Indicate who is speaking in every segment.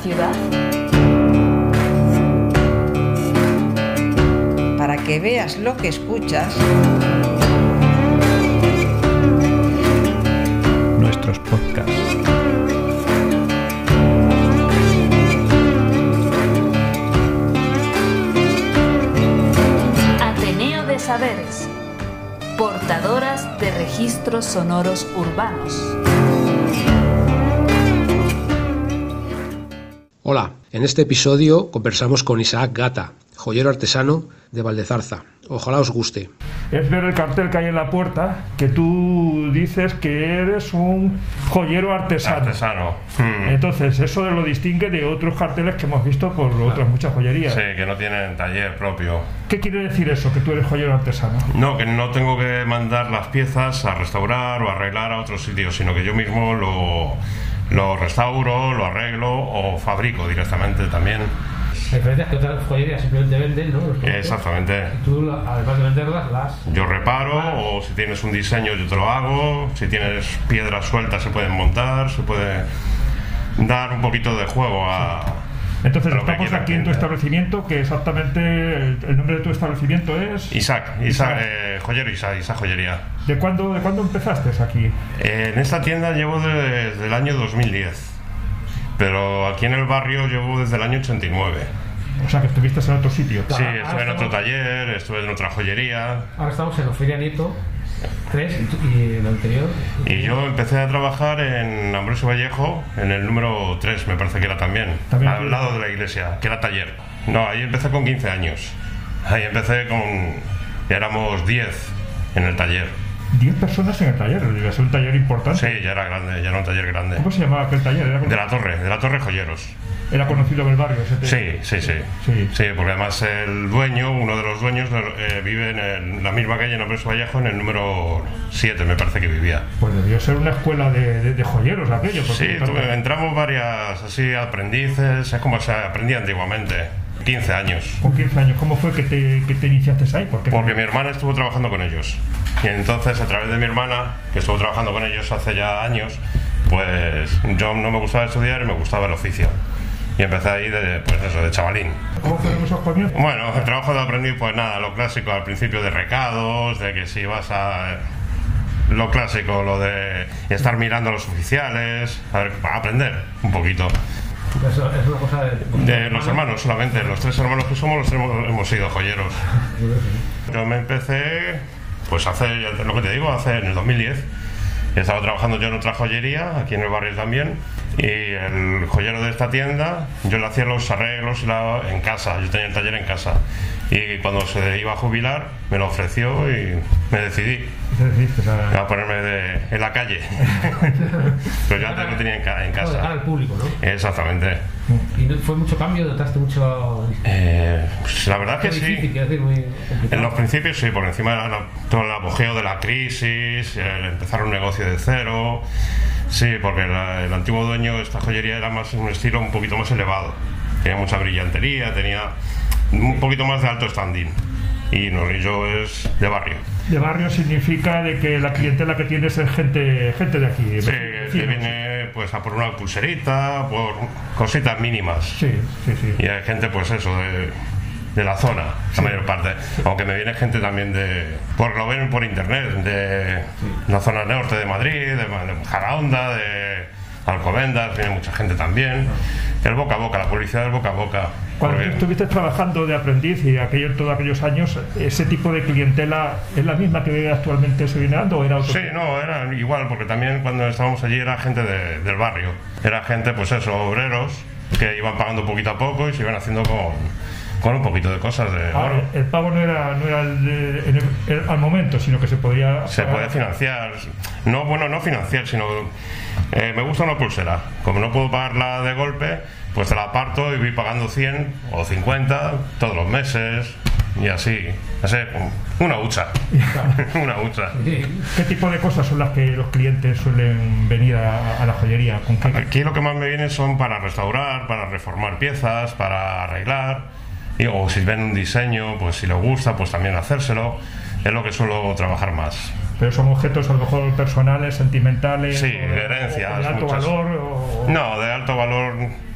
Speaker 1: ciudad?
Speaker 2: Para que veas lo que escuchas.
Speaker 3: Nuestros podcasts.
Speaker 1: Ateneo de Saberes. Portadoras de registros sonoros urbanos.
Speaker 4: Hola, en este episodio conversamos con Isaac Gata, joyero artesano de Valdezarza. Ojalá os guste.
Speaker 3: Es ver el cartel que hay en la puerta, que tú dices que eres un joyero artesano. Entonces, eso lo distingue de otros carteles que hemos visto por otras muchas joyerías.
Speaker 5: Sí, que no tienen taller propio.
Speaker 3: ¿Qué quiere decir eso, que tú eres joyero artesano?
Speaker 5: No, que no tengo que mandar las piezas a restaurar o arreglar a otros sitios, sino que yo mismo lo restauro, lo arreglo o fabrico directamente también.
Speaker 6: La diferencia es que otras joyerías simplemente venden, ¿no?
Speaker 5: Exactamente.
Speaker 6: Y tú, además de venderlas,
Speaker 5: Yo reparo, o si tienes un diseño yo te lo hago, si tienes piedras sueltas se pueden montar, se puede dar un poquito de juego a...
Speaker 3: Entonces estamos aquí en tu establecimiento, que exactamente el nombre de tu establecimiento es...
Speaker 5: Isaac, joyero Isaac Joyería.
Speaker 3: ¿De cuándo empezaste aquí?
Speaker 5: En esta tienda llevo desde el año 2010, pero aquí en el barrio llevo desde el año 89.
Speaker 3: O sea, que estuviste en otro sitio.
Speaker 5: Sí, estuve en otro taller, estuve en otra joyería.
Speaker 6: Ahora estamos en la Feria Nieto 3 y en el anterior.
Speaker 5: Y yo empecé a trabajar en Ambrosio Vallejo, en el número 3, me parece que era también al lado de la iglesia, que era taller. No, ahí empecé con 15 años. Ahí empecé éramos 10 en el taller.
Speaker 3: 10 personas en el taller, debe ser un taller importante.
Speaker 5: Sí, ya era grande, ya era un taller grande.
Speaker 3: ¿Cómo se llamaba aquel taller?
Speaker 5: De la Torre Joyeros.
Speaker 3: ¿Era conocido en el barrio ese taller?
Speaker 5: Sí, porque además uno de los dueños vive en la misma calle en Ambrosio Vallejo, en el número 7 me parece que vivía.
Speaker 3: Pues debió ser una escuela de joyeros aquello.
Speaker 5: Sí, entramos varias así aprendices, es como se aprendía antiguamente. 15 años.
Speaker 3: Con 15 años, ¿cómo fue que te iniciaste ahí?
Speaker 5: Porque mi hermana estuvo trabajando con ellos. Y entonces, a través de mi hermana, que estuvo trabajando con ellos hace ya años, pues yo no me gustaba estudiar y me gustaba el oficio. Y empecé ahí de chavalín.
Speaker 3: ¿Cómo fueron esos comienzos?
Speaker 5: Bueno, el trabajo de aprendí, pues nada, lo clásico al principio de recados, de que si vas a... Lo clásico, lo de estar mirando a los oficiales, para aprender un poquito.
Speaker 6: Eso es una cosa
Speaker 5: de los hermanos solamente, los 3 hermanos que somos, los 3 hemos sido joyeros. Yo me empecé, pues lo que te digo, en el 2010. He estado trabajando yo en otra joyería, aquí en el barrio también, y el joyero de esta tienda, yo le hacía los arreglos en casa, yo tenía el taller en casa. Y cuando se iba a jubilar, me lo ofreció y me decidí a ponerme en la calle. Pero yo antes lo tenía en casa.
Speaker 6: Al público, ¿no?
Speaker 5: Exactamente.
Speaker 6: ¿Y no fue mucho cambio? ¿Notaste mucho...?
Speaker 5: Pues la verdad que sí. En los principios sí, por encima de todo el apogeo de la crisis, el empezar un negocio de cero. Sí, porque el antiguo dueño de esta joyería era más un estilo un poquito más elevado. Tenía mucha brillantería, tenía un poquito más de alto standing. Y yo es de barrio.
Speaker 3: De barrio significa de que la clientela que tienes es gente de aquí.
Speaker 5: Sí, que viene pues a por una pulserita, por cositas mínimas.
Speaker 3: Sí.
Speaker 5: Y hay gente pues eso, de la zona, la mayor parte. Aunque me viene gente también porque lo ven por internet, de la zona norte de Madrid, de Majadahonda, de Alcobendas, viene mucha gente también. El boca a boca, la publicidad del boca a boca.
Speaker 3: Cuando tú estuviste trabajando de aprendiz y todos aquellos años, ¿ese tipo de clientela es la misma que actualmente se viene dando o era otro?
Speaker 5: Sí, no, era igual, porque también cuando estábamos allí era gente del barrio. Era gente, pues eso, obreros, que iban pagando poquito a poco y se iban haciendo con un poquito de cosas de oro.
Speaker 3: El pago no era al momento, sino que se podía
Speaker 5: financiar. No financiar, sino me gusta una pulsera. Como no puedo pagarla de golpe, pues te la aparto y voy pagando 100 o 50 todos los meses y así. Una hucha. Una hucha.
Speaker 3: ¿Qué tipo de cosas son las que los clientes suelen venir a la joyería?
Speaker 5: Aquí lo que más me viene son para restaurar, para reformar piezas, para arreglar. O si ven un diseño, pues si les gusta, pues también hacérselo. Es lo que suelo trabajar más.
Speaker 3: ¿Pero son objetos a lo mejor personales, sentimentales?
Speaker 5: Sí, herencias.
Speaker 3: ¿De alto valor?
Speaker 5: No, de alto valor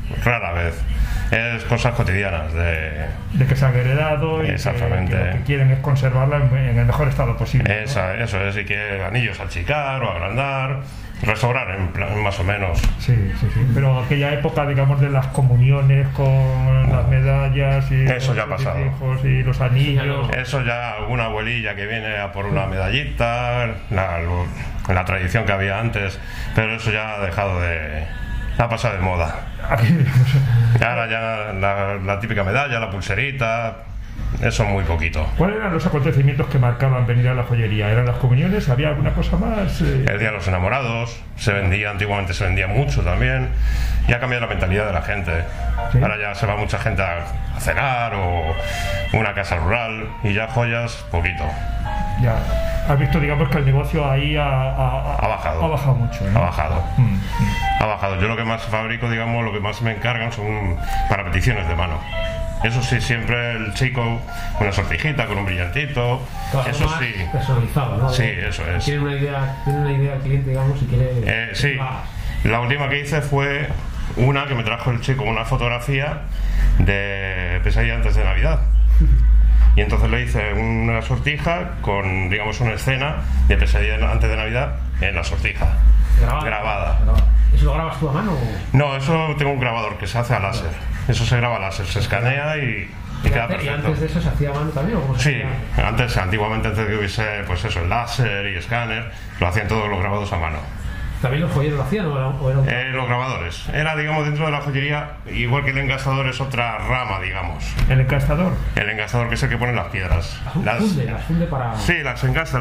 Speaker 5: rara vez. Es cosas cotidianas
Speaker 3: de que se han heredado y
Speaker 5: exactamente.
Speaker 3: Que lo que quieren es conservarla en el mejor estado posible.
Speaker 5: Eso es, y que anillos achicar o agrandar, restaurar en plan, más o menos.
Speaker 3: Sí. Pero aquella época, digamos, de las comuniones con las medallas y
Speaker 5: eso ya ha
Speaker 3: los
Speaker 5: pasado.
Speaker 3: hijos y los anillos.
Speaker 5: Eso ya alguna abuelilla que viene a por una medallita, la tradición que había antes, pero eso ya ha pasado de moda. Ahora ya la típica medalla, la pulserita, eso muy poquito.
Speaker 3: ¿Cuáles eran los acontecimientos que marcaban venir a la joyería? ¿Eran las comuniones? ¿Había alguna cosa más?
Speaker 5: El Día de los Enamorados, antiguamente se vendía mucho también, y ha cambiado la mentalidad de la gente. ¿Sí? Ahora ya se va mucha gente a cenar o una casa rural, y ya joyas, poquito.
Speaker 3: Ya, has visto, digamos, que el negocio ahí ha bajado. Ha bajado mucho, ¿no?
Speaker 5: Ha bajado. Yo lo que más fabrico, digamos, lo que más me encargan son para peticiones de mano. Eso sí, siempre el chico, una sortijita con un brillantito.
Speaker 6: Claro,
Speaker 5: eso
Speaker 6: más
Speaker 5: sí.
Speaker 6: Personalizado, ¿no?
Speaker 5: Sí, eso es.
Speaker 6: Tiene una idea al cliente, digamos, si quiere.
Speaker 5: Sí. La última que hice fue una que me trajo el chico, una fotografía de Pesadilla antes de Navidad. Y entonces le hice una sortija con, digamos, una escena de Pesadilla antes de Navidad en la sortija. Grabada.
Speaker 6: ¿Eso lo grabas tú a mano?
Speaker 5: No, eso tengo un grabador que se hace a láser. Eso se graba a láser, se escanea y queda perfecto.
Speaker 6: ¿Y antes de eso se hacía a mano también? ¿O cómo se
Speaker 5: hacía? Antiguamente, antes de que hubiese, pues eso, el láser y escáner, lo hacían todos los grabados a mano.
Speaker 6: ¿También los joyeros lo hacían o eran?
Speaker 5: Los grabadores. Era, digamos, dentro de la joyería, igual que el engastador es otra rama, digamos.
Speaker 3: ¿El engastador?
Speaker 5: El engastador, que es el que pone las piedras.
Speaker 6: Las funde para...
Speaker 5: Sí, las engarza.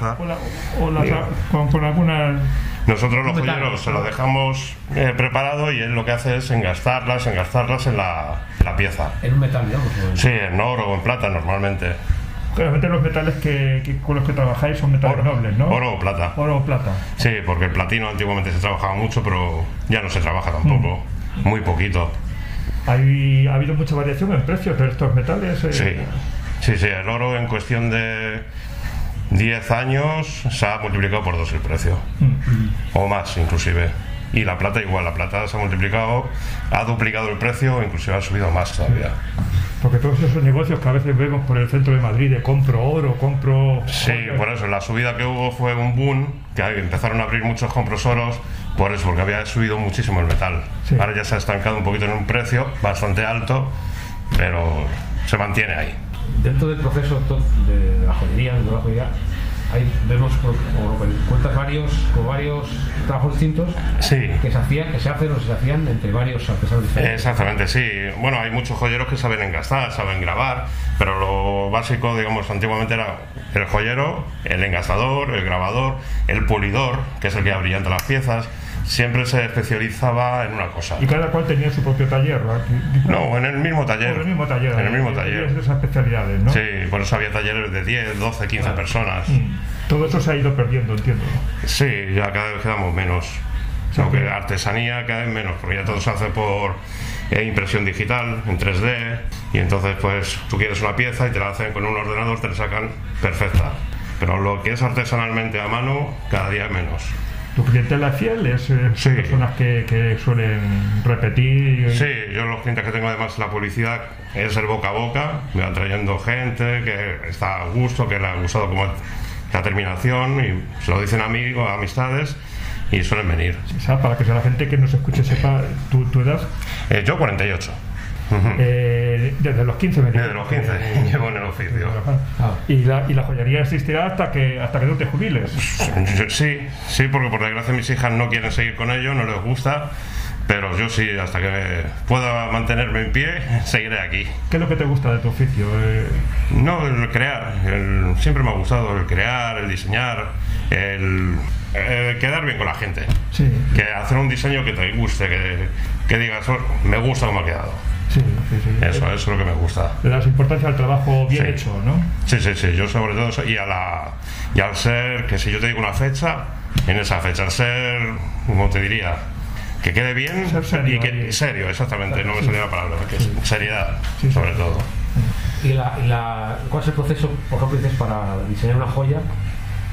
Speaker 3: Con algunas...
Speaker 5: Nosotros los joyeros se lo dejamos preparado, y él lo que hace es engastarlas en la pieza.
Speaker 6: En un metal, digamos.
Speaker 5: Sí, en oro o en plata normalmente.
Speaker 3: Realmente los metales con los que trabajáis son metales nobles, ¿no?
Speaker 5: Oro o plata.
Speaker 3: Oro o plata.
Speaker 5: Sí, porque el platino antiguamente se trabajaba mucho, pero ya no se trabaja tampoco. Muy poquito.
Speaker 3: ¿Ha habido mucha variación en precios de estos metales?
Speaker 5: Sí, el oro en cuestión de 10 años se ha multiplicado por 2 el precio. O más, inclusive. Y la plata igual, la plata se ha multiplicado, ha duplicado el precio, o inclusive ha subido más todavía.
Speaker 3: Porque todos esos negocios que a veces vemos por el centro de Madrid de compro oro, compro...
Speaker 5: Sí, por eso, la subida que hubo fue un boom, que empezaron a abrir muchos compros oros, por eso, porque había subido muchísimo el metal. Sí. Ahora ya se ha estancado un poquito en un precio bastante alto, pero se mantiene ahí.
Speaker 6: Dentro del proceso de la joyería, ahí vemos, cuentas varios trabajos distintos que se hacen o se hacían entre varios artesanos diferentes.
Speaker 5: Exactamente, sí. Bueno, hay muchos joyeros que saben engastar, saben grabar, pero lo básico, digamos, antiguamente era el joyero, el engastador, el grabador, el pulidor, que es el que abrillanta las piezas. Siempre se especializaba en una cosa.
Speaker 3: ¿Y cada cual tenía su propio taller?
Speaker 5: No, en el mismo taller.
Speaker 3: En el mismo taller. Esas especialidades, ¿no?
Speaker 5: Sí, por eso había talleres de 10, 12, 15 personas.
Speaker 3: Todo eso se ha ido perdiendo, entiendo.
Speaker 5: Sí, ya cada vez quedamos menos. Aunque artesanía cada vez menos, porque ya todo se hace por impresión digital, en 3D, y entonces pues tú quieres una pieza y te la hacen con un ordenador, te la sacan perfecta. Pero lo que es artesanalmente a mano, cada día menos.
Speaker 3: ¿Tu clientela fiel es personas que suelen repetir?
Speaker 5: Sí, yo los clientes que tengo, además, la publicidad es el boca a boca, me van trayendo gente que está a gusto, que le ha gustado como la terminación, y se lo dicen amigos, amistades, y suelen venir.
Speaker 3: Para que la gente que nos escuche sepa tu edad.
Speaker 5: Yo 48.
Speaker 3: Desde los 15 me
Speaker 5: Desde los 15 llevo en el oficio.
Speaker 3: ¿Y la joyería existirá hasta que no te jubiles?
Speaker 5: Sí, porque por desgracia mis hijas no quieren seguir con ello, no les gusta, pero yo sí, hasta que pueda mantenerme en pie, seguiré aquí.
Speaker 3: ¿Qué es lo que te gusta de tu oficio?
Speaker 5: No, el crear. Siempre me ha gustado el crear, el diseñar, el quedar bien con la gente.
Speaker 3: Sí.
Speaker 5: Que hacer un diseño que te guste, que digas, me gusta cómo ha quedado.
Speaker 3: Sí.
Speaker 5: Eso es lo que me gusta.
Speaker 3: Le das importancia al trabajo bien hecho, ¿no?
Speaker 5: Sí, yo sobre todo eso, y al ser, que si yo te digo una fecha, en esa fecha, al ser, como te diría, que quede bien,
Speaker 3: serio,
Speaker 5: y que serio, exactamente, no me salía la palabra, que seriedad, sobre todo.
Speaker 6: ¿Y ¿cuál es el proceso, por ejemplo, dices, para diseñar una joya?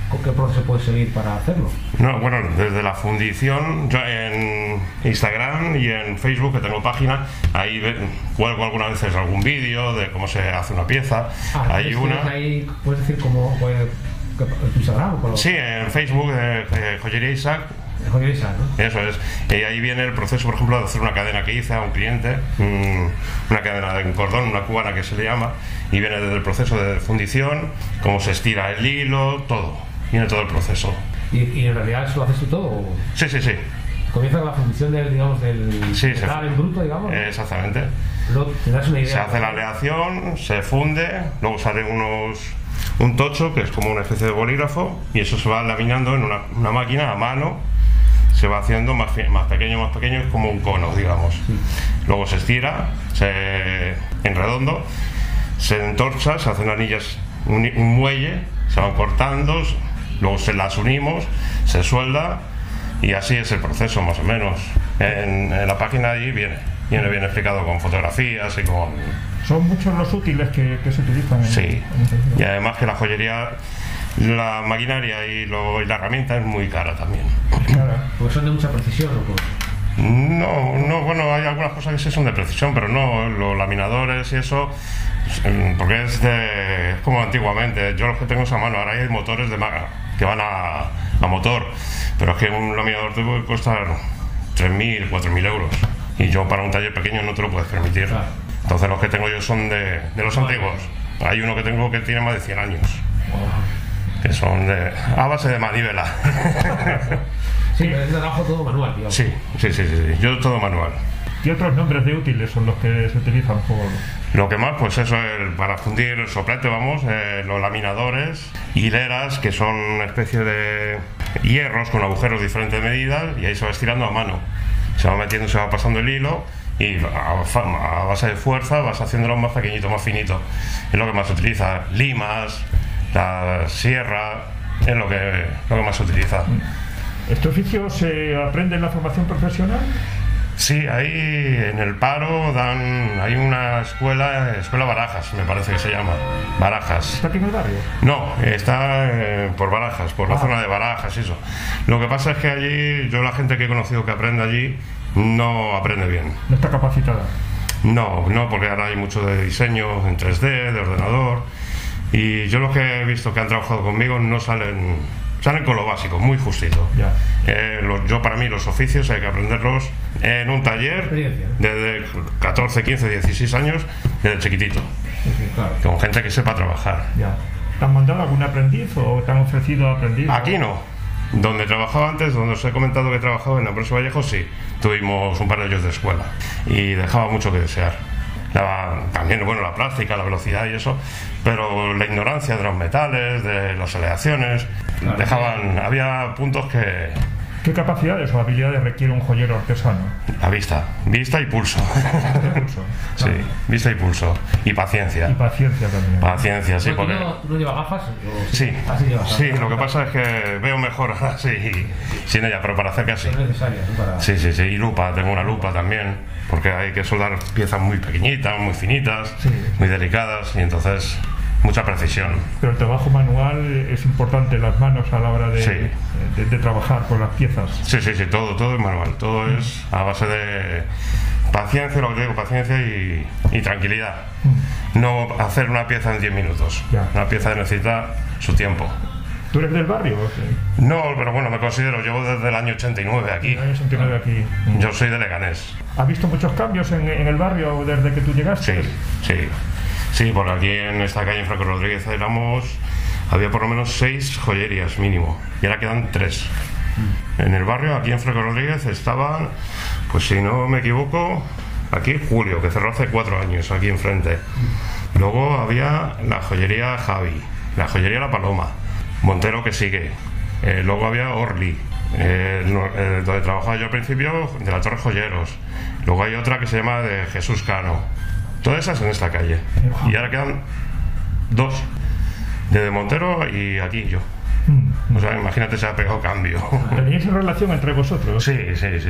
Speaker 6: ¿qué proceso puedes seguir para hacerlo?
Speaker 5: No, bueno, desde la fundición, yo en Instagram y en Facebook, que tengo página, ahí cuelgo algunas veces algún vídeo de cómo se hace una pieza. Hay una...
Speaker 6: Ahí, ¿puedes decir cómo tu Instagram?
Speaker 5: Sí, en Facebook, Joyería Isaac.
Speaker 6: Joyería Isaac, ¿no?
Speaker 5: Eso es. Y ahí viene el proceso, por ejemplo, de hacer una cadena que hice a un cliente, una cadena de un cordón, una cubana que se le llama, y viene desde el proceso de fundición, cómo se estira el hilo, todo. Viene todo el proceso.
Speaker 6: ¿Y en realidad eso lo haces tú todo?
Speaker 5: Sí.
Speaker 6: Comienza la fundición del metal en bruto, digamos, ¿no?
Speaker 5: Exactamente.
Speaker 6: Luego te das una idea.
Speaker 5: Se hace la aleación, se funde, luego sale un tocho, que es como una especie de bolígrafo, y eso se va laminando en una máquina a mano, se va haciendo más pequeño, es como un cono, digamos. Sí. Luego se estira, en redondo, se entorcha, se hacen anillas, un muelle, se van cortando, luego se las unimos, se suelda, y así es el proceso más o menos. En la página ahí viene explicado con fotografías y con...
Speaker 3: Son muchos los útiles que se utilizan.
Speaker 5: Sí, y además que la joyería, la maquinaria y la herramienta es muy cara también.
Speaker 6: Claro, porque son de mucha precisión, ¿o?
Speaker 5: No, bueno, hay algunas cosas que sí son de precisión, pero no, los laminadores y eso, porque es como antiguamente. Yo los que tengo es a mano, ahora hay motores que van a motor, pero es que un laminador te puede costar 3.000, 4.000 euros, y yo para un taller pequeño no te lo puedes permitir. Claro. Entonces los que tengo yo son de los antiguos. Hay uno que tengo que tiene más de 100 años, que son a base de manivela.
Speaker 6: Sí, pero es trabajo todo manual, digamos.
Speaker 5: Sí, yo todo manual.
Speaker 3: ¿Qué otros nombres de útiles son los que se utilizan por...?
Speaker 5: Lo que más, pues eso, para fundir el soplete, los laminadores, hileras, que son una especie de hierros con agujeros de diferentes medidas, y ahí se va estirando a mano. Se va metiendo, se va pasando el hilo, y a base de fuerza vas haciéndolo más pequeñito, más finito. Es lo que más se utiliza. Limas, la sierra, es lo que más se utiliza.
Speaker 3: ¿Este oficio se aprende en la formación profesional?
Speaker 5: Sí, ahí en el Paro hay una escuela Barajas, me parece que se llama. Barajas.
Speaker 3: ¿Está aquí en el barrio?
Speaker 5: No, está por Barajas, por la zona de Barajas, eso. Lo que pasa es que allí, yo la gente que he conocido que aprende allí, no aprende bien.
Speaker 3: ¿No está capacitada?
Speaker 5: No, porque ahora hay mucho de diseño en 3D, de ordenador, y yo los que he visto que han trabajado conmigo no salen con lo básico, muy justito.
Speaker 3: Ya.
Speaker 5: Para mí los oficios hay que aprenderlos en un taller desde 14, 15, 16 años, desde chiquitito, claro. Con gente que sepa trabajar.
Speaker 3: Ya. ¿Te han mandado algún aprendiz o te han ofrecido aprendiz?
Speaker 5: Aquí no. Donde trabajaba antes, donde os he comentado que he trabajado en Ambrosio Vallejo, sí, tuvimos un par de años de escuela y dejaba mucho que desear. También, bueno, la práctica, la velocidad y eso, pero la ignorancia de los metales, de las aleaciones, claro, había puntos que...
Speaker 3: ¿Qué capacidades o habilidades requiere un joyero artesano?
Speaker 5: La vista y pulso. Sí, vista y pulso. Y paciencia.
Speaker 3: Y paciencia también.
Speaker 5: Paciencia, sí.
Speaker 6: Porque... ¿Tú no llevas gafas?
Speaker 5: Sí, lo que pasa es que veo mejor así sin ella, pero para hacer que así.
Speaker 6: Son necesarias, ¿no? Para...
Speaker 5: Sí, y lupa, tengo una lupa también, porque hay que soldar piezas muy pequeñitas, muy finitas, muy delicadas, y entonces... mucha precisión.
Speaker 3: Pero el trabajo manual es importante, las manos a la hora de trabajar con las piezas.
Speaker 5: Sí, todo es manual, todo es a base de paciencia, lo que digo, paciencia y tranquilidad. No hacer una pieza en 10 minutos. Ya. Una pieza necesita su tiempo.
Speaker 3: ¿Tú eres del barrio? Sí.
Speaker 5: No, pero bueno, me considero, llevo desde el año 89 aquí.
Speaker 3: El año 89 aquí.
Speaker 5: Yo soy de Leganés.
Speaker 3: ¿Has visto muchos cambios en el barrio desde que tú llegaste?
Speaker 5: Sí, porque aquí en esta calle, en Franco Rodríguez, había por lo menos 6 joyerías mínimo, y ahora quedan 3. En el barrio, aquí en Franco Rodríguez, estaban, pues si no me equivoco, aquí Julio, que cerró hace 4 años, aquí enfrente. Luego había la joyería Javi, la joyería La Paloma, Montero, que sigue. Luego había Orly, donde trabajaba yo al principio, de la Torre Joyeros. Luego hay otra que se llama de Jesús Cano. Todas esas en esta calle. Y ahora quedan 2. De Montero y aquí yo. O sea, imagínate, se ha pegado cambio.
Speaker 3: ¿Teníais relación entre vosotros?
Speaker 5: Sí.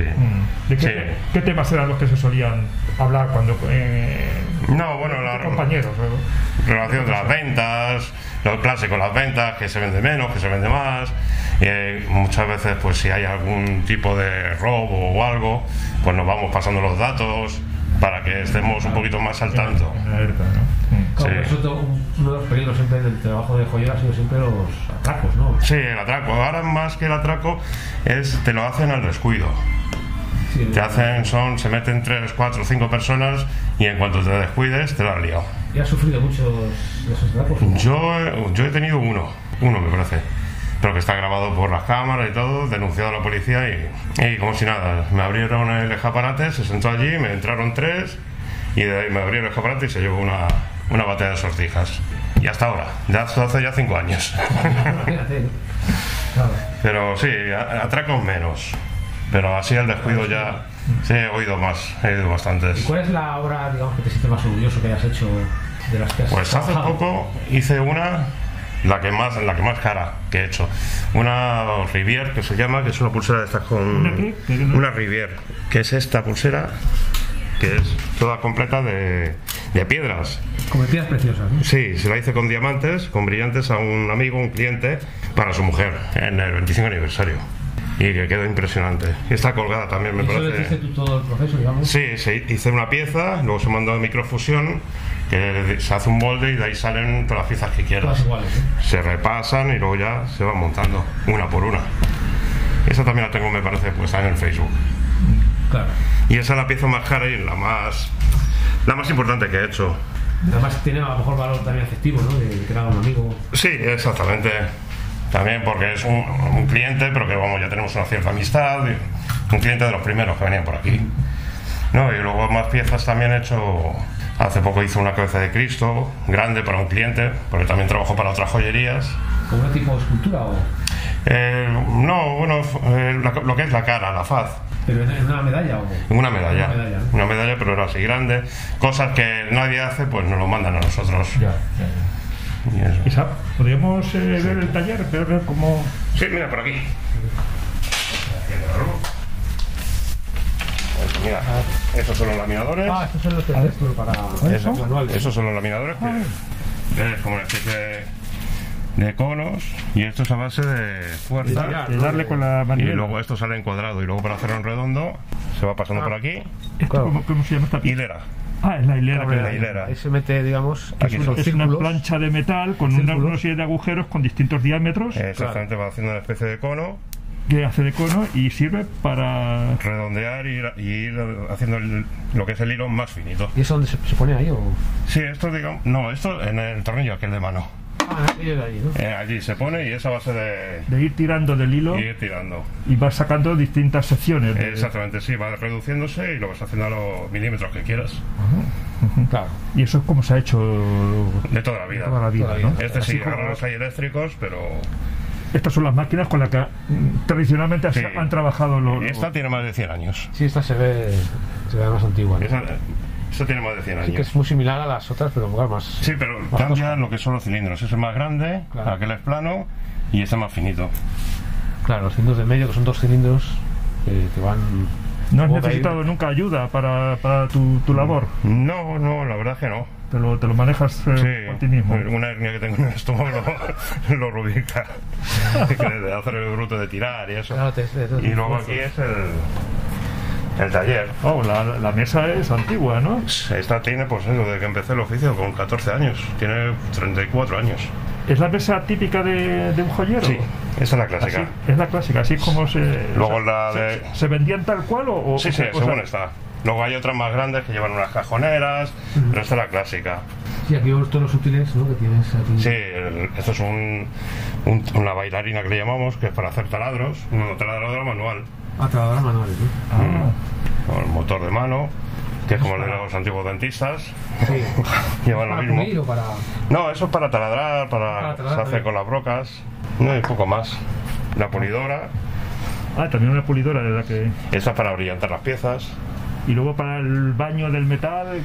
Speaker 3: ¿De qué temas eran los que se solían hablar cuando...
Speaker 5: No, bueno,
Speaker 3: compañeros?
Speaker 5: relación de las ventas, lo clásico, las ventas, que se vende menos, que se vende más. Muchas veces, pues si hay algún tipo de robo o algo, pues nos vamos pasando los datos para que estemos un poquito más al tanto.
Speaker 6: Claro, sí. Uno de los peligros siempre del trabajo de joyero ha sido siempre los atracos, ¿no?
Speaker 5: Sí, el atraco. Ahora más que el atraco te lo hacen al descuido. Sí, se meten 3, 4, 5 personas y en cuanto te descuides te lo has liado.
Speaker 6: ¿Y has sufrido muchos de esos atracos?
Speaker 5: Yo he tenido uno me parece, pero que está grabado por las cámaras y todo, denunciado a la policía y como si nada, me abrieron el escaparate, se sentó allí, me entraron 3 y de ahí me abrieron el escaparate y se llevó una batea de sortijas. Y hasta ahora, hace ya 5 años. Pero sí, atracos menos. Pero así el descuido ya sí, he oído bastantes.
Speaker 6: ¿Y cuál es la obra, digamos, que te sientes más orgulloso que hayas hecho de las que has
Speaker 5: Pues hace poco hice la que más cara que he hecho. Una Rivière, que se llama, que es una pulsera de estas con... Una Rivière, que es esta pulsera, que es toda completa de piedras.
Speaker 6: Como de piedras preciosas, ¿no?
Speaker 5: Sí, se la hice con diamantes, con brillantes a un amigo, un cliente, para su mujer, en el 25 aniversario. Y que quedó impresionante. Y está colgada también, me parece.
Speaker 6: ¿Eso hiciste tú todo el proceso, digamos?
Speaker 5: Sí, hice una pieza, luego se mandó a microfusión, que se hace un molde y de ahí salen todas las piezas que quieras.
Speaker 6: Todas iguales, ¿eh?
Speaker 5: Se repasan y luego ya se van montando, una por una. Esa también la tengo, me parece, puesta en el Facebook.
Speaker 6: Claro.
Speaker 5: Y esa es la pieza más cara y la más importante que he hecho.
Speaker 6: Además tiene a lo mejor valor también afectivo, ¿no? De que era un amigo.
Speaker 5: Sí, exactamente. También porque es un cliente, pero que vamos, ya tenemos una cierta amistad, un cliente de los primeros que venían por aquí, ¿no? Y luego más piezas también he hecho. Hace poco hice una cabeza de Cristo grande para un cliente, porque también trabajo para otras joyerías.
Speaker 6: ¿Como un tipo de escultura o...?
Speaker 5: No, bueno, lo que es la cara, la faz.
Speaker 6: ¿Pero en una medalla o...?
Speaker 5: Una medalla, una medalla, pero era así grande. Cosas que nadie hace, pues nos lo mandan a nosotros.
Speaker 6: Ya.
Speaker 3: Isa, ¿podríamos ver el taller? Ver cómo...
Speaker 5: Sí, mira, por aquí. Mira, estos son los laminadores.
Speaker 6: Estos son los que haces tú para...
Speaker 5: Esos son los laminadores que es como una especie de conos, y esto es a base de fuerza,
Speaker 3: de darle con la manivela.
Speaker 5: Y luego esto sale en cuadrado, y luego para hacerlo en redondo se va pasando por aquí.
Speaker 3: ¿Cómo se llama esta pieza?
Speaker 5: Hilera.
Speaker 3: Es la hilera.
Speaker 5: La hilera.
Speaker 6: Ahí se mete, digamos,
Speaker 3: es una plancha de metal con una serie de agujeros con distintos diámetros.
Speaker 5: Exactamente, va haciendo una especie de cono.
Speaker 3: Que hace de cono y sirve para
Speaker 5: redondear y ir haciendo lo que es el hilo más finito.
Speaker 6: ¿Y eso dónde se pone ahí? ¿O?
Speaker 5: Sí, esto digamos... No, esto en el tornillo aquel de mano.
Speaker 6: Allí, ¿no?
Speaker 5: Allí se pone y esa base
Speaker 3: de ir tirando del hilo.
Speaker 5: Ir tirando.
Speaker 3: Y vas sacando distintas secciones.
Speaker 5: Exactamente, sí, va reduciéndose y lo vas haciendo a los milímetros que quieras.
Speaker 6: Claro.
Speaker 3: Y eso es como se ha hecho
Speaker 5: de toda la vida.
Speaker 3: Toda la vida, ¿no?
Speaker 5: Sí, ahora los hay eléctricos, pero...
Speaker 3: Estas son las máquinas con las que tradicionalmente han trabajado los...
Speaker 5: Esta tiene más de 100 años.
Speaker 6: Sí, esta se ve más antigua, ¿no?
Speaker 5: Esta tiene más de 100 años.
Speaker 6: Sí, que es muy similar a las otras, pero más...
Speaker 5: Sí, pero cambian lo que son los cilindros. Ese es más grande, claro. Aquel es plano y este es más finito.
Speaker 6: Claro, los cilindros de medio, que son 2 cilindros que van...
Speaker 3: ¿No has necesitado nunca ayuda para tu labor?
Speaker 5: No, la verdad es que no.
Speaker 3: Te lo manejas por ti mismo.
Speaker 5: Una hernia que tengo en el estómago lo rubrica. De hacer el bruto de tirar y eso.
Speaker 6: Claro,
Speaker 5: y luego aquí es el taller.
Speaker 3: La mesa es antigua, ¿no?
Speaker 5: Esta tiene, pues eso, desde que empecé el oficio, con 14 años. Tiene 34 años.
Speaker 3: ¿Es la mesa típica de un joyero?
Speaker 5: Sí, esa es la clásica.
Speaker 3: Así, es la clásica, así es como se...
Speaker 5: Luego
Speaker 3: ¿Se vendían tal cual o...?
Speaker 5: Sí, según está. Luego hay otras más grandes que llevan unas cajoneras, pero esta es la clásica.
Speaker 6: Sí, aquí vemos todos los útiles, ¿no?, que tienes aquí.
Speaker 5: Sí, esto es una bailarina que le llamamos, que es para hacer taladros, una taladradora manual.
Speaker 6: Taladradora manual, ¿no?
Speaker 5: Con el motor de mano, que es como el de los antiguos dentistas.
Speaker 6: Sí.
Speaker 5: Llevan lo mismo.
Speaker 6: ¿O para...?
Speaker 5: No, eso es para taladrar, se hace con las brocas, no hay poco más. La pulidora.
Speaker 3: También una pulidora de la que...
Speaker 5: Esa es para brillantar las piezas.
Speaker 3: Y luego para el baño del metal,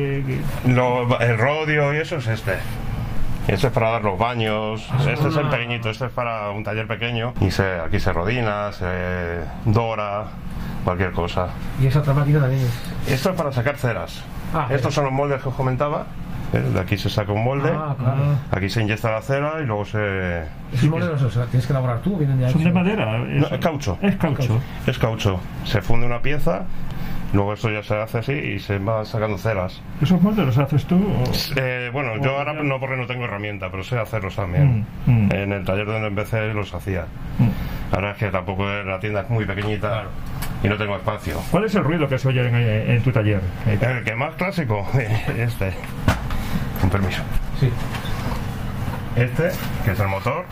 Speaker 5: el rodio y eso es este. Este es para dar los baños. Este es el pequeñito, este es para un taller pequeño. Y aquí se rodina, se dora, cualquier cosa.
Speaker 6: ¿Y esa otra máquina también es?
Speaker 5: Esto es para sacar ceras. Estos son los moldes que os comentaba. De aquí se saca un molde, aquí se inyecta la cera y luego se...
Speaker 6: ¿Esos moldes los tienes que elaborar tú? ¿Vienen ya
Speaker 3: ¿Son de madera?
Speaker 5: No, es caucho.
Speaker 3: Es caucho.
Speaker 5: Es caucho. Se funde una pieza, luego esto ya se hace así y se van sacando ceras.
Speaker 3: ¿Esos moldes los haces tú?
Speaker 5: Bueno, yo ahora no, porque no tengo herramienta, pero sé hacerlos también. En el taller donde empecé los hacía. Ahora es que tampoco la tienda es muy pequeñita y no tengo espacio.
Speaker 3: ¿Cuál es el ruido que se oye en tu taller?
Speaker 5: El que más clásico, este. Con permiso.
Speaker 6: Sí.
Speaker 5: Este, que es el motor.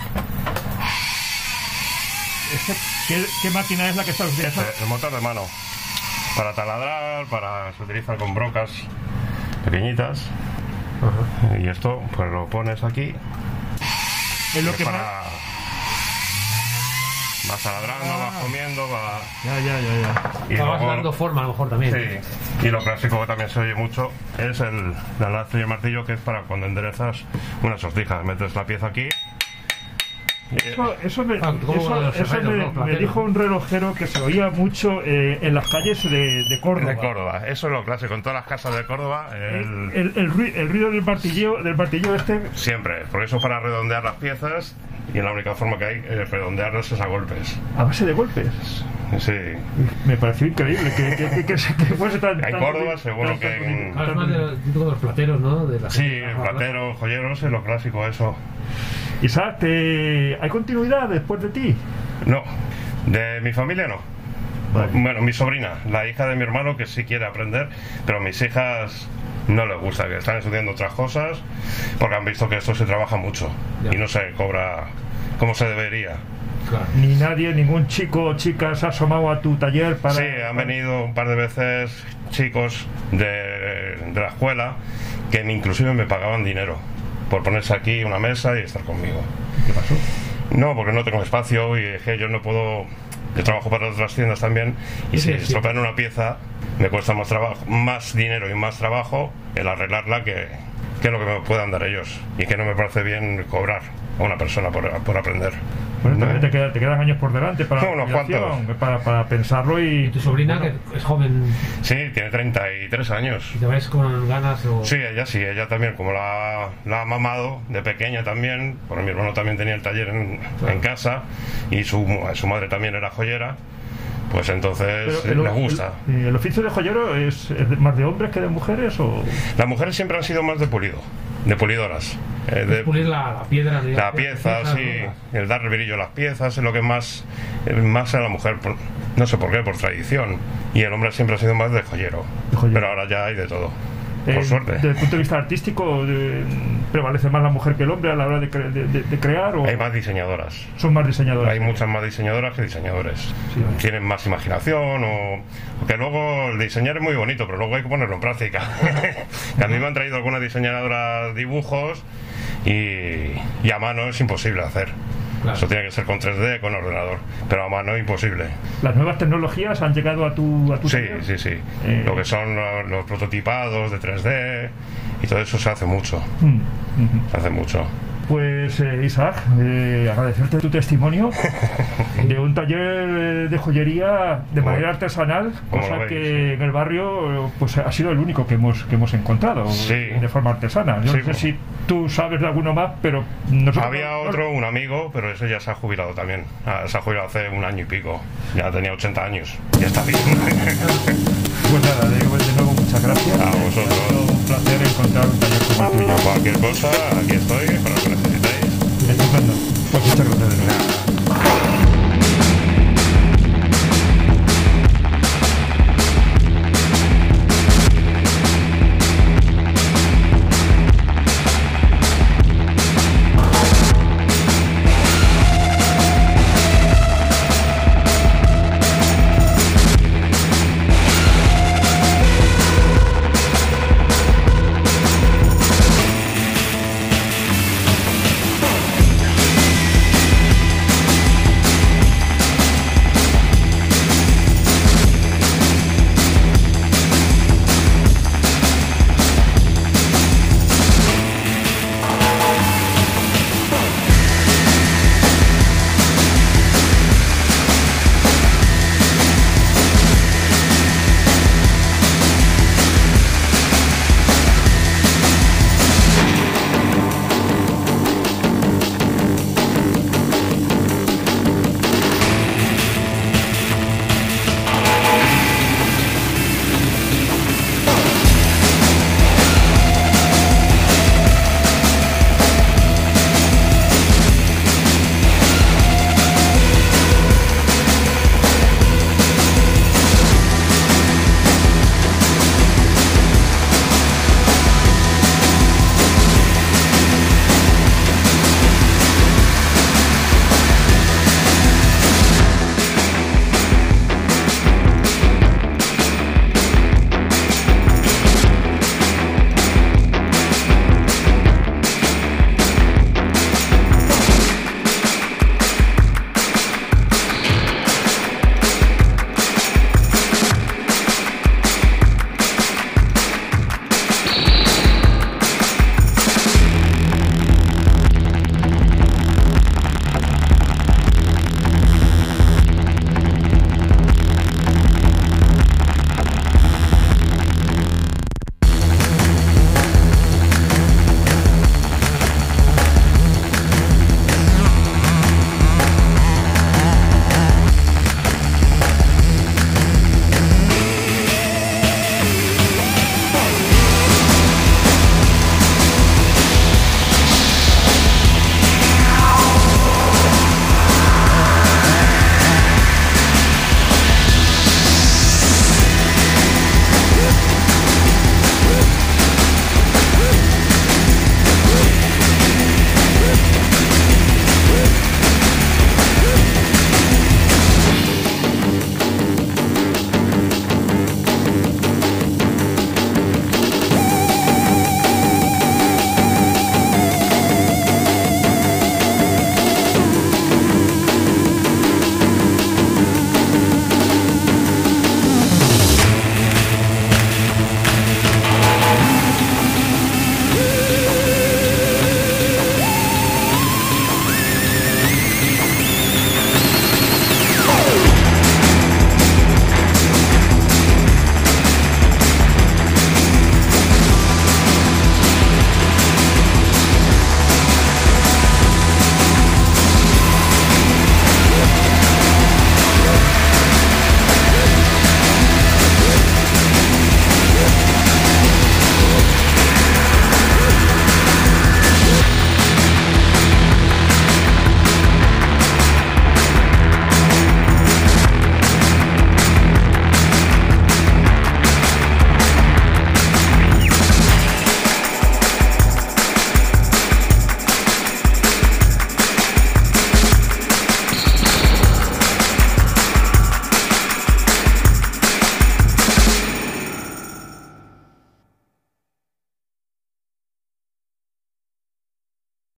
Speaker 3: ¿Qué máquina es la que está utilizando?
Speaker 5: El motor de mano. Para taladrar, se utiliza con brocas pequeñitas. Y esto, pues lo pones aquí.
Speaker 3: Es lo que
Speaker 5: vas taladrando, vas comiendo,
Speaker 3: Ya.
Speaker 5: Y
Speaker 6: vas dando forma a lo mejor también.
Speaker 5: Sí. Y lo clásico que también se oye mucho es la lastre y el martillo, que es para cuando enderezas una sortija. Metes la pieza aquí.
Speaker 3: Eso me dijo un relojero que se oía mucho en las calles de Córdoba.
Speaker 5: De Córdoba, eso es lo clásico. En todas las casas de Córdoba.
Speaker 3: El ruido del martillo este.
Speaker 5: Siempre, porque eso es para redondear las piezas. Y la única forma que hay de redondearlas es a golpes.
Speaker 3: ¿A base de golpes?
Speaker 5: Sí.
Speaker 3: Me pareció increíble que fuese tan...
Speaker 5: En Córdoba seguro que...
Speaker 6: Es más de los plateros, ¿no?
Speaker 5: Plateros, joyeros, es lo clásico eso.
Speaker 3: Isaac, ¿hay continuidad después de ti?
Speaker 5: No, de mi familia no. Vale. Bueno, mi sobrina, la hija de mi hermano, que sí quiere aprender, pero a mis hijas no les gusta, que están estudiando otras cosas, porque han visto que esto se trabaja mucho y no se cobra como se debería.
Speaker 3: Claro. Ningún chico o chica se ha asomado a tu taller para...
Speaker 5: Sí, han venido un par de veces chicos de la escuela que inclusive me pagaban dinero por ponerse aquí una mesa y estar conmigo.
Speaker 3: ¿Qué pasó?
Speaker 5: No, porque no tengo espacio y es que yo no puedo... Yo trabajo para otras tiendas también y si estropean una pieza me cuesta más dinero y más trabajo el arreglarla que lo que me puedan dar ellos, y que no me parece bien cobrar a una persona por aprender.
Speaker 3: Bueno, también te quedan años por delante para para pensarlo. ¿Y
Speaker 6: tu sobrina, que es joven?
Speaker 5: Sí, tiene 33 años.
Speaker 6: ¿Y te ves con ganas?
Speaker 5: Sí, ella también, como la ha mamado de pequeña también, porque mi hermano también tenía el taller en casa y su madre también era joyera. Pues entonces les gusta.
Speaker 3: ¿El oficio de joyero es más de hombres que de mujeres? ¿O?
Speaker 5: Las mujeres siempre han sido más de pulidoras.
Speaker 6: De pulir la piedra.
Speaker 5: La pieza, sí. El dar el brillo a las piezas es lo que más a la mujer, no sé por qué, por tradición. Y el hombre siempre ha sido más de joyero. Pero ahora ya hay de todo. Por suerte.
Speaker 3: Desde el punto de vista artístico, ¿prevalece más la mujer que el hombre a la hora de crear? ¿O?
Speaker 5: Hay más diseñadoras.
Speaker 3: Son más diseñadoras.
Speaker 5: Hay muchas más diseñadoras que diseñadores. Sí. Tienen más imaginación porque luego el diseñar es muy bonito, pero luego hay que ponerlo en práctica. Que a mí me han traído algunas diseñadoras dibujos y a mano es imposible hacer. Claro. Eso tiene que ser con 3D, con ordenador, pero a mano imposible.
Speaker 3: ¿Las nuevas tecnologías han llegado a tu taller?
Speaker 5: Sí. Lo que son los prototipados de 3D y todo eso se hace mucho. Se hace mucho.
Speaker 3: Pues Isaac, agradecerte tu testimonio de un taller de joyería de manera artesanal, cosa que en el barrio pues ha sido el único que hemos encontrado de forma artesana. Yo no sé si tú sabes de alguno más, pero
Speaker 5: había un amigo, pero ese ya se ha jubilado también. Se ha jubilado hace un año y pico. Ya tenía 80 años. Ya está bien.
Speaker 3: Pues nada, de nuevo muchas gracias.
Speaker 5: A vosotros.
Speaker 3: Ha sido un placer encontrar un taller como el tuyo.
Speaker 5: Cualquier cosa, aquí estoy para lo que necesitéis.
Speaker 3: Estupendo. Pues muchas gracias.